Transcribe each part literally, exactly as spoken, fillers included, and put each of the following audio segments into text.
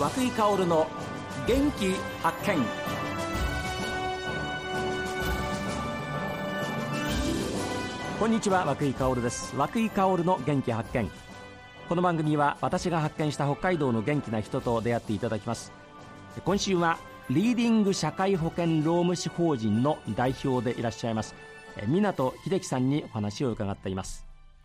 松井香織の元気発見。こんにちは、松井香織です。松井香織の元気発見。この番組は私が発見した北海道の元気な人と出会っていただきます。今週はリーディング社会保険労務士法人の代表でいらっしゃいます湊秀樹さんにお話を伺っています。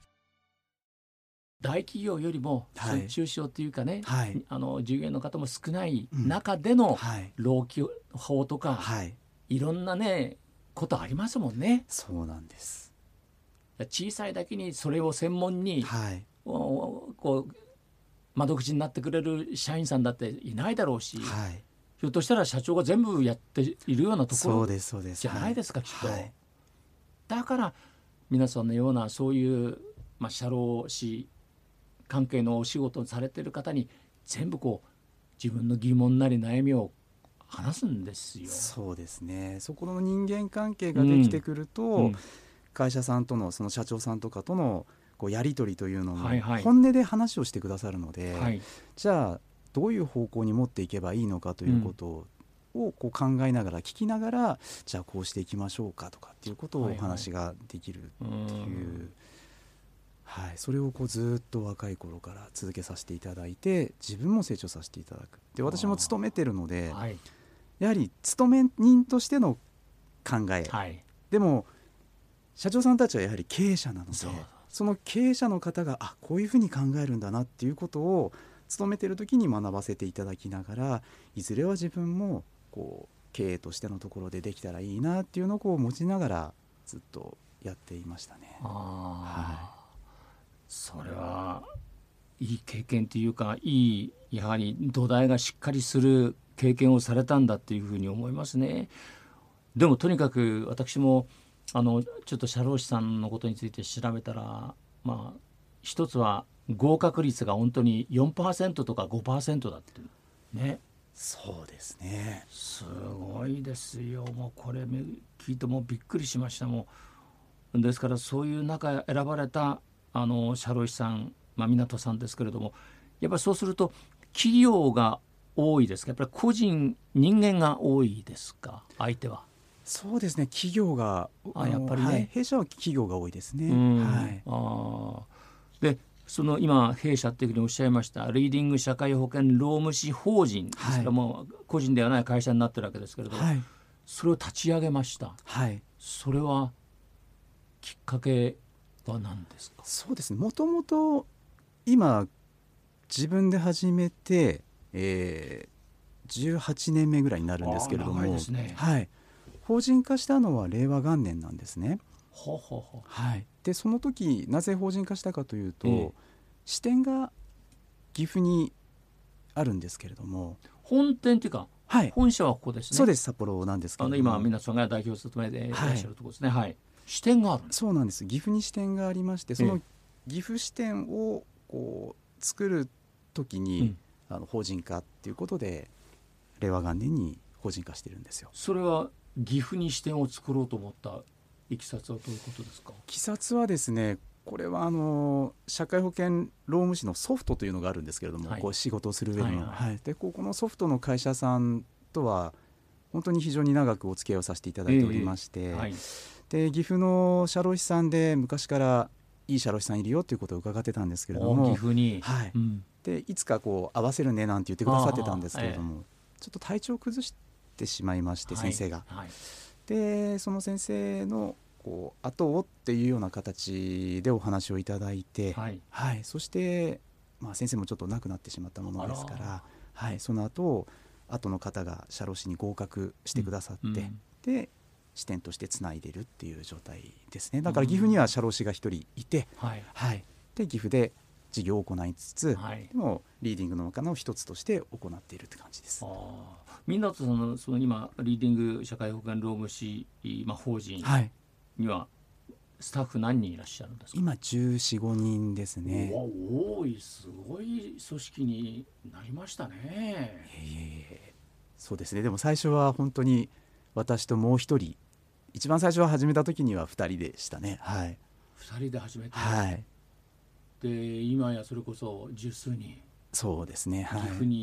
大企業よりも中小というかね、はい、あの従業員の方も少ない中での労基法とか、はい、いろんなねことありますもんね。 そうなんです。 小さいだけにそれを専門に、はい、こう窓口になってくれる社員さんだっていないだろうし、はい、ひょっとしたら社長が全部やっているようなところじゃないですか、きっと、はい、だから皆さんのようなそういう、まあ、社労士関係のお仕事をされている方に全部こう自分の疑問なり悩みを話すんですよ。 そうですね。そこの人間関係ができてくると、うんうん、会社さんとのその社長さんとかとのこうやり取りというのも本音で話をしてくださるので、はいはい、じゃあどういう方向に持っていけばいいのかということを、をこう考えながら聞きながら、じゃあこうしていきましょうかとかっていうことをお話ができるっていう、はいはいはい、それをこうずっと若い頃から続けさせていただいて、自分も成長させていただく。で、私も勤めてるので、はい、やはり勤め人としての考え、はい、でも社長さんたちはやはり経営者なので、 そ, その経営者の方があこういうふうに考えるんだなっていうことを勤めてる時に学ばせていただきながら、いずれは自分もこう経営としてのところでできたらいいなっていうのをこう持ちながらずっとやっていましたね。あ、 はい、それはいい経験というか、いいやはり土台がしっかりする経験をされたんだっていうふうに思いますね。でもとにかく私もあのちょっと社労士さんのことについて調べたら、まあ一つは合格率が本当に よんパーセント とか ごパーセント だってね。 そうですね。 すごいですよ。もうこれ聞いてもびっくりしました。もうですからそういう中選ばれたあの社労士さん、まあ、湊さんですけれども、やっぱりそうすると企業が多いですか、やっぱり個人人間が多いですか、相手は。 そうですね、企業があやっぱりね、はい、 弊社は企業が多いですね。はい、 あでその今弊社っていうふうにおっしゃいましたリーディング社会保険労務士法人ですから、はい、もう個人ではない会社になってるわけですけれども、はい、それを立ち上げました、はい、それはきっかけは何ですか。 そうですね、もともと今自分で始めて、えー、じゅうはちねんめぐらいになるんですけれども、長いですね。はい、法人化したのは令和元年なんですね。 ほほほ、 はい、でその時なぜ法人化したかというと、えー、支店が岐阜にあるんですけれども、 本店っていうか、はい、本社はここですね。 そうです、札幌なんですけれども、 あの今皆さんが代表を務めていらっしゃるところですね。はい、はい、支店があるんです。 そうなんです、岐阜に支店がありまして、その岐阜支店をこう作る時に、うん、あの法人化っていうことで令和元年に法人化してるんですよ。 それは岐阜に支店を作ろうと思ったいきさつはどういうことですか。 いきさつはですね、これはあの社会保険労務士のソフトというのがあるんですけれども、はい、こう仕事をする上での、はいはいはい、でここのソフトの会社さんとは本当に非常に長くお付き合いをさせていただいておりまして、えーはい、で岐阜の社労士さんで昔からいい社労士さんいるよということを伺ってたんですけれども、 岐阜に、 はい、うん、でいつかこう合わせるねなんて言ってくださってたんですけれども、えー、ちょっと体調を崩してしまいまして、先生が、はいはい、でその先生のこう後をっていうような形でお話をいただいて、はいはい、そして、まあ、先生もちょっと亡くなってしまったものですから、はい、その後後の方が社労士に合格してくださって、うんうん、で支店としてつないでるっていう状態ですね。だから岐阜には社労士が一人いて、うん、はいはい、で岐阜で事業を行いつつ、はい、でもリーディングの中の一つとして行っているって感じです。 あみんなとそのその今リーディング社会保険労務士、まあ、法人にはスタッフ何人いらっしゃるんですか。 今じゅうよん、ごにんですね。 多い、すごい組織になりましたね。いえいえ、そうですね。でも最初は本当に私ともう一人、一番最初は始めた時にはふたりでしたね。はい、 ふたりで始めて、 はい、 で今やそれこそ十数人、 そうですね、はい、 岐阜に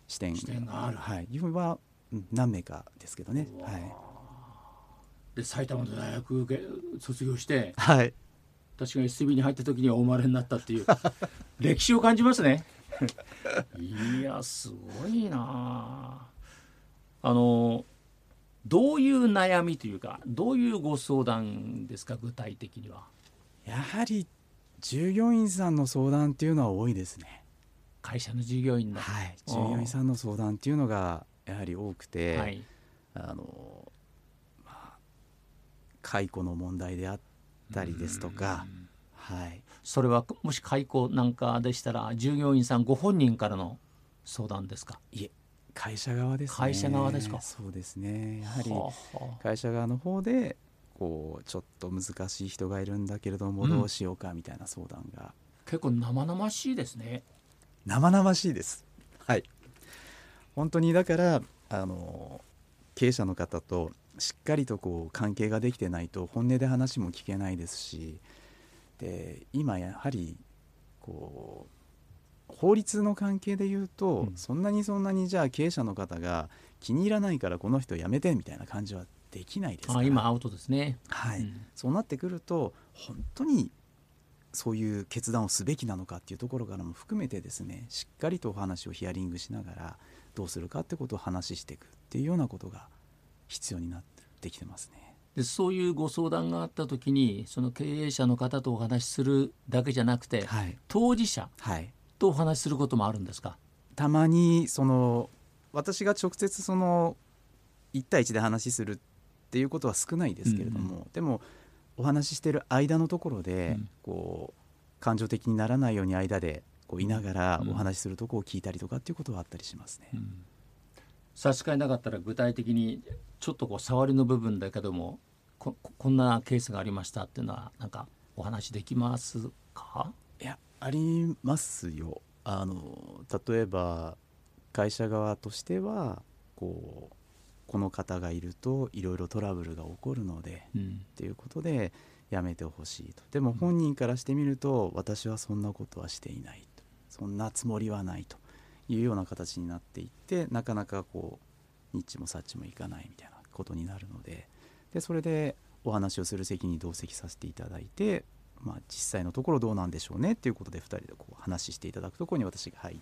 視点視点がある、 はい、いうは何名かですけどね。はい、 で埼玉の大学卒業して、 はい、 私が エスビー に入った時にはお生まれになったっていう歴史を感じますねいやすごいな。あのどういう悩みというかどういうご相談ですか、具体的には。 やはり従業員さんの相談っていうのは多いですね。 会社の従業員の、 はい、従業員さんの相談っていうのがやはり多くて、 はい、 あの、まあ、解雇の問題であったりですとか、はい、 それはもし解雇なんかでしたら従業員さんご本人からの相談ですか。 いえ、会社側ですね。 会社側ですか。 そうですね。やはり会社側の方でこうちょっと難しい人がいるんだけれどもどうしようかみたいな相談が、うん、 結構生々しいですね。 生々しいです。はい、本当にだからあの経営者の方としっかりとこう関係ができてないと本音で話も聞けないですし、で今やはりこう法律の関係で言うと、うん、そんなにそんなにじゃあ経営者の方が気に入らないからこの人辞めてみたいな感じはできないですから。 あ、今アウトですね。 はい、 うん、 そうなってくると本当にそういう決断をすべきなのかっていうところからも含めてですね、しっかりとお話をヒアリングしながらどうするかってことを話していくっていうようなことが必要になってきてますね。 でそういうご相談があった時にその経営者の方とお話しするだけじゃなくて、はい、当事者とお話しすることもあるんですか。 たまにその私が直接そのいち対いちで話しするっていうことは少ないですけれども、うんうん、でもお話ししている間のところで、うん、こう感情的にならないように間でこういながらお話しするとこを聞いたりとかっていうことはあったりしますね。うん、 差し支えなかったら具体的にちょっとこう触りの部分だけども こ, こんなケースがありましたっていうのはなんかお話できますか。 いや、ありますよ。あの例えば会社側としてはこうこの方がいるといろいろトラブルが起こるので、うん、っていうことでやめてほしいと。でも本人からしてみると私はそんなことはしていないと、そんなつもりはないというような形になっていって、なかなかこうニッチもサッチもいかないみたいなことになるので、でそれでお話をする席に同席させていただいて、まあ、実際のところどうなんでしょうねっていうことでふたりでこう話していただくところに私が入って、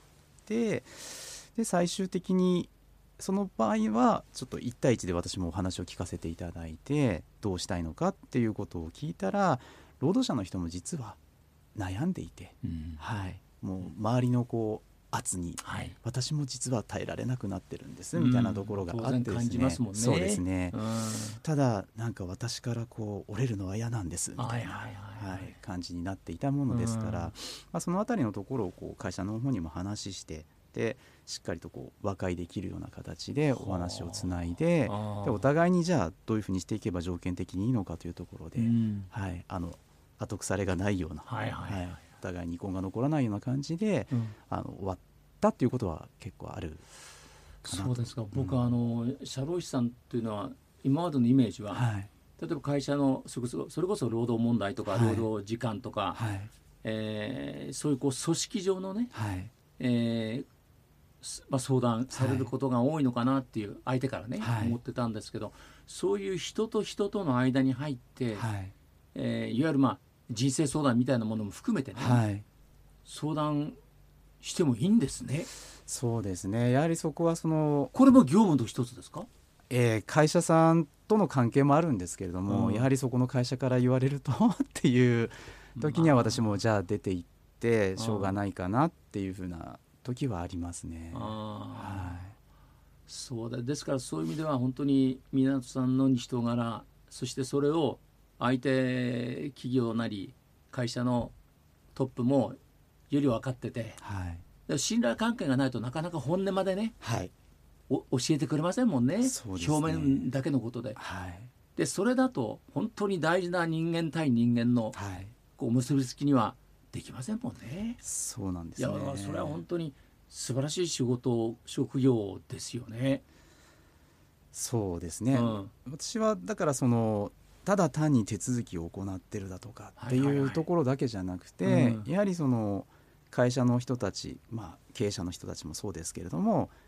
で最終的にその場合はちょっといち対いちで私もお話を聞かせていただいてどうしたいのかっていうことを聞いたら、労働者の人も実は悩んでいて、うん、はい、もう周りのこう圧に、はい、私も実は耐えられなくなってるんですみたいなところがあってですね、うん、当然感じますもんね。そうですね、うん、ただなんか私からこう折れるのは嫌なんですみたいな、はいはいはいはい、感じになっていたものですから、うん、まあ、そのあたりのところをこう会社の方にも話してでしっかりとこう和解できるような形でお話をつないで、でお互いにじゃあどういうふうにしていけば条件的にいいのかというところで、うん、はい、あの後腐れがないような、はいはいはいはい、お互いに遺恨が残らないような感じで、うん、あの終わったっていうことは結構あるかなと。 そうですか。僕は、うん、あの社労士さんっていうのは今までのイメージは、はい、例えば会社のそれこそ労働問題とか労働時間とか、はい、えー、そういうこう組織上のね、はい、えーまあ、相談されることが多いのかなっていう相手からね、はい、思ってたんですけど、そういう人と人との間に入って、はい、えー、いわゆるまあ人生相談みたいなものも含めてね、はい、相談してもいいんですね。 そうですね。やはりそこはそのこれも業務の一つですか。 えー、会社さんとの関係もあるんですけれども、うん、やはりそこの会社から言われるとっていう時には私もじゃあ出て行ってしょうがないかなっていうふうな時はありますね。あ、 はい、そうだ。ですからそういう意味では本当に皆さんの人柄、そしてそれを相手企業なり会社のトップもより分かってて、はい、信頼関係がないとなかなか本音までね、はい、お教えてくれませんもん ね, ね表面だけのことで、はい、でそれだと本当に大事な人間対人間の、はい、こう結びつきにはできませんもんね。 そうなんですね。 いやそれは本当に素晴らしい仕事職業ですよね。 そうですね、うん、私はだからそのただ単に手続きを行ってるだとかっていうところだけじゃなくて、はいはいはい、うん、やはりその会社の人たち、まあ、経営者の人たちもそうですけれども、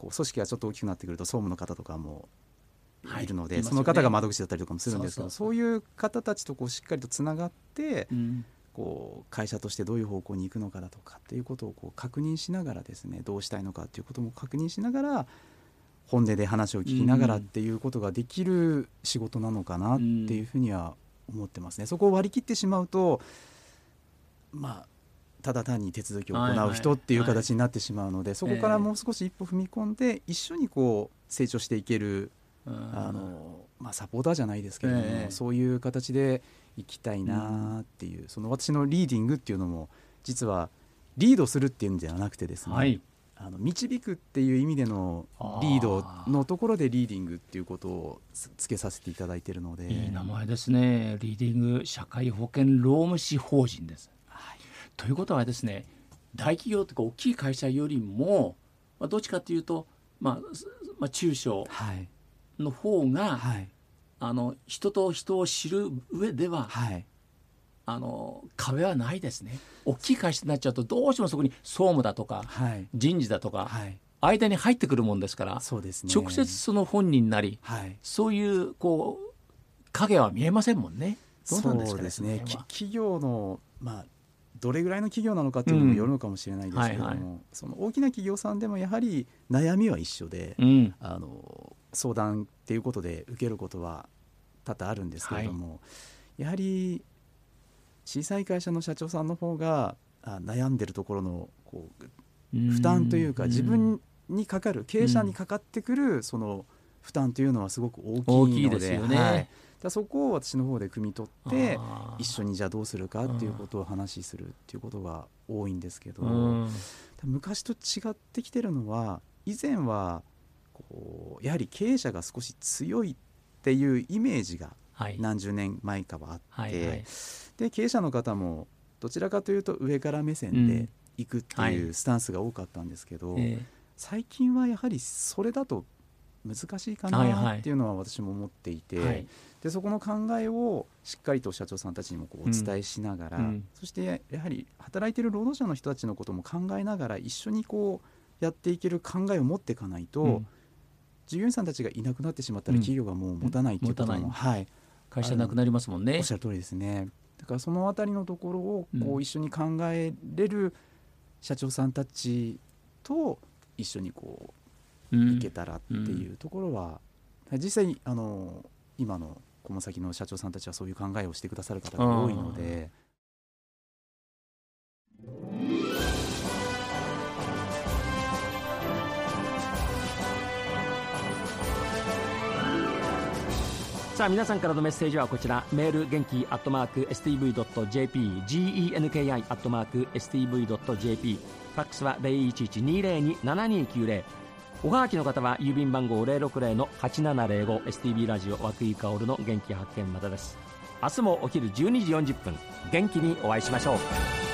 こう組織がちょっと大きくなってくると総務の方とかもいるので、はい、その方が窓口だったりとかもするんですけど、そうそうそう、そういう方たちとこうしっかりとつながって、うん、こう会社としてどういう方向に行くのかだとかっていうことをこう確認しながらですね、どうしたいのかっていうことも確認しながら本音で話を聞きながらっていうことができる仕事なのかなっていうふうには思ってますね。そこを割り切ってしまうと、まあただ単に手続きを行う人っていう形になってしまうので、はいはい、そこからもう少し一歩踏み込んで一緒にこう成長していける、あの、まあ、サポーターじゃないですけれども、えー、そういう形でいきたいなっていう、うん、その私のリーディングっていうのも実はリードするっていうんではなくてですね、はい、あの導くっていう意味でのリードのところでリーディングっていうことをつけさせていただいているので。 いい名前ですね。リーディング社会保険労務士法人です、はい、ということはですね、大企業とか大きい会社よりも、まあ、どっちかというと、まあまあ、中小の方が、はい、あの人と人を知る上では、はい、あの壁はないですね。大きい会社になっちゃうとどうしてもそこに総務だとか、はい、人事だとか、はい、間に入ってくるもんですから、そうですね、直接その本人なり、はい、そういうこう影は見えませんもんね。どうなんですかね。そうですね、 企業の、まあ、どれぐらいの企業なのかっていうのもよるのかもしれないですけれども、うんはいはい、その大きな企業さんでもやはり悩みは一緒で、うん、あの相談っていうことで受けることは多々あるんですけれども、はい、やはり小さい会社の社長さんの方があ悩んでるところのこう負担というか、自分にかかる経営者にかかってくるその負担というのはすごく大きいので、大きいですよね、はい、だそこを私の方で汲み取って一緒にじゃあどうするかっていうことを話しするっていうことが多いんですけど、昔と違ってきてるのは、以前はこうやはり経営者が少し強いっていうイメージが何十年前かはあって、はいはいはい、で経営者の方もどちらかというと上から目線でいくっていうスタンスが多かったんですけど、うんはい、最近はやはりそれだと難しいかなっていうのは私も思っていて、はいはい、でそこの考えをしっかりと社長さんたちにもこうお伝えしながら、うん、そしてやはり働いている労働者の人たちのことも考えながら一緒にこうやっていける考えを持っていかないと、うん、従業員さんたちがいなくなってしまったら企業がもう持たないっていうことも、うんうん、はい、 会社なくなりますもんね。 おっしゃる通りですね。だからそのあたりのところをこう一緒に考えれる社長さんたちと一緒にこういけたらっていうところは、うん、実際あの今のこの先の社長さんたちはそういう考えをしてくださる方が多いので。 さあ皆さんからのメッセージはこちら、メール元気アットマーク エスティーブイドットジェーピー genki アットマーク エスティーブイドットジェーピー、 ファックスは ゼロいちいち にゼロに ななにきゅうゼロ、おはがきの方は郵便番号 ゼロろくゼロ はちななゼロご エスティービー ラジオ和久井薫の元気発見までです。明日もお昼じゅうにじよんじゅっぷん元気にお会いしましょう。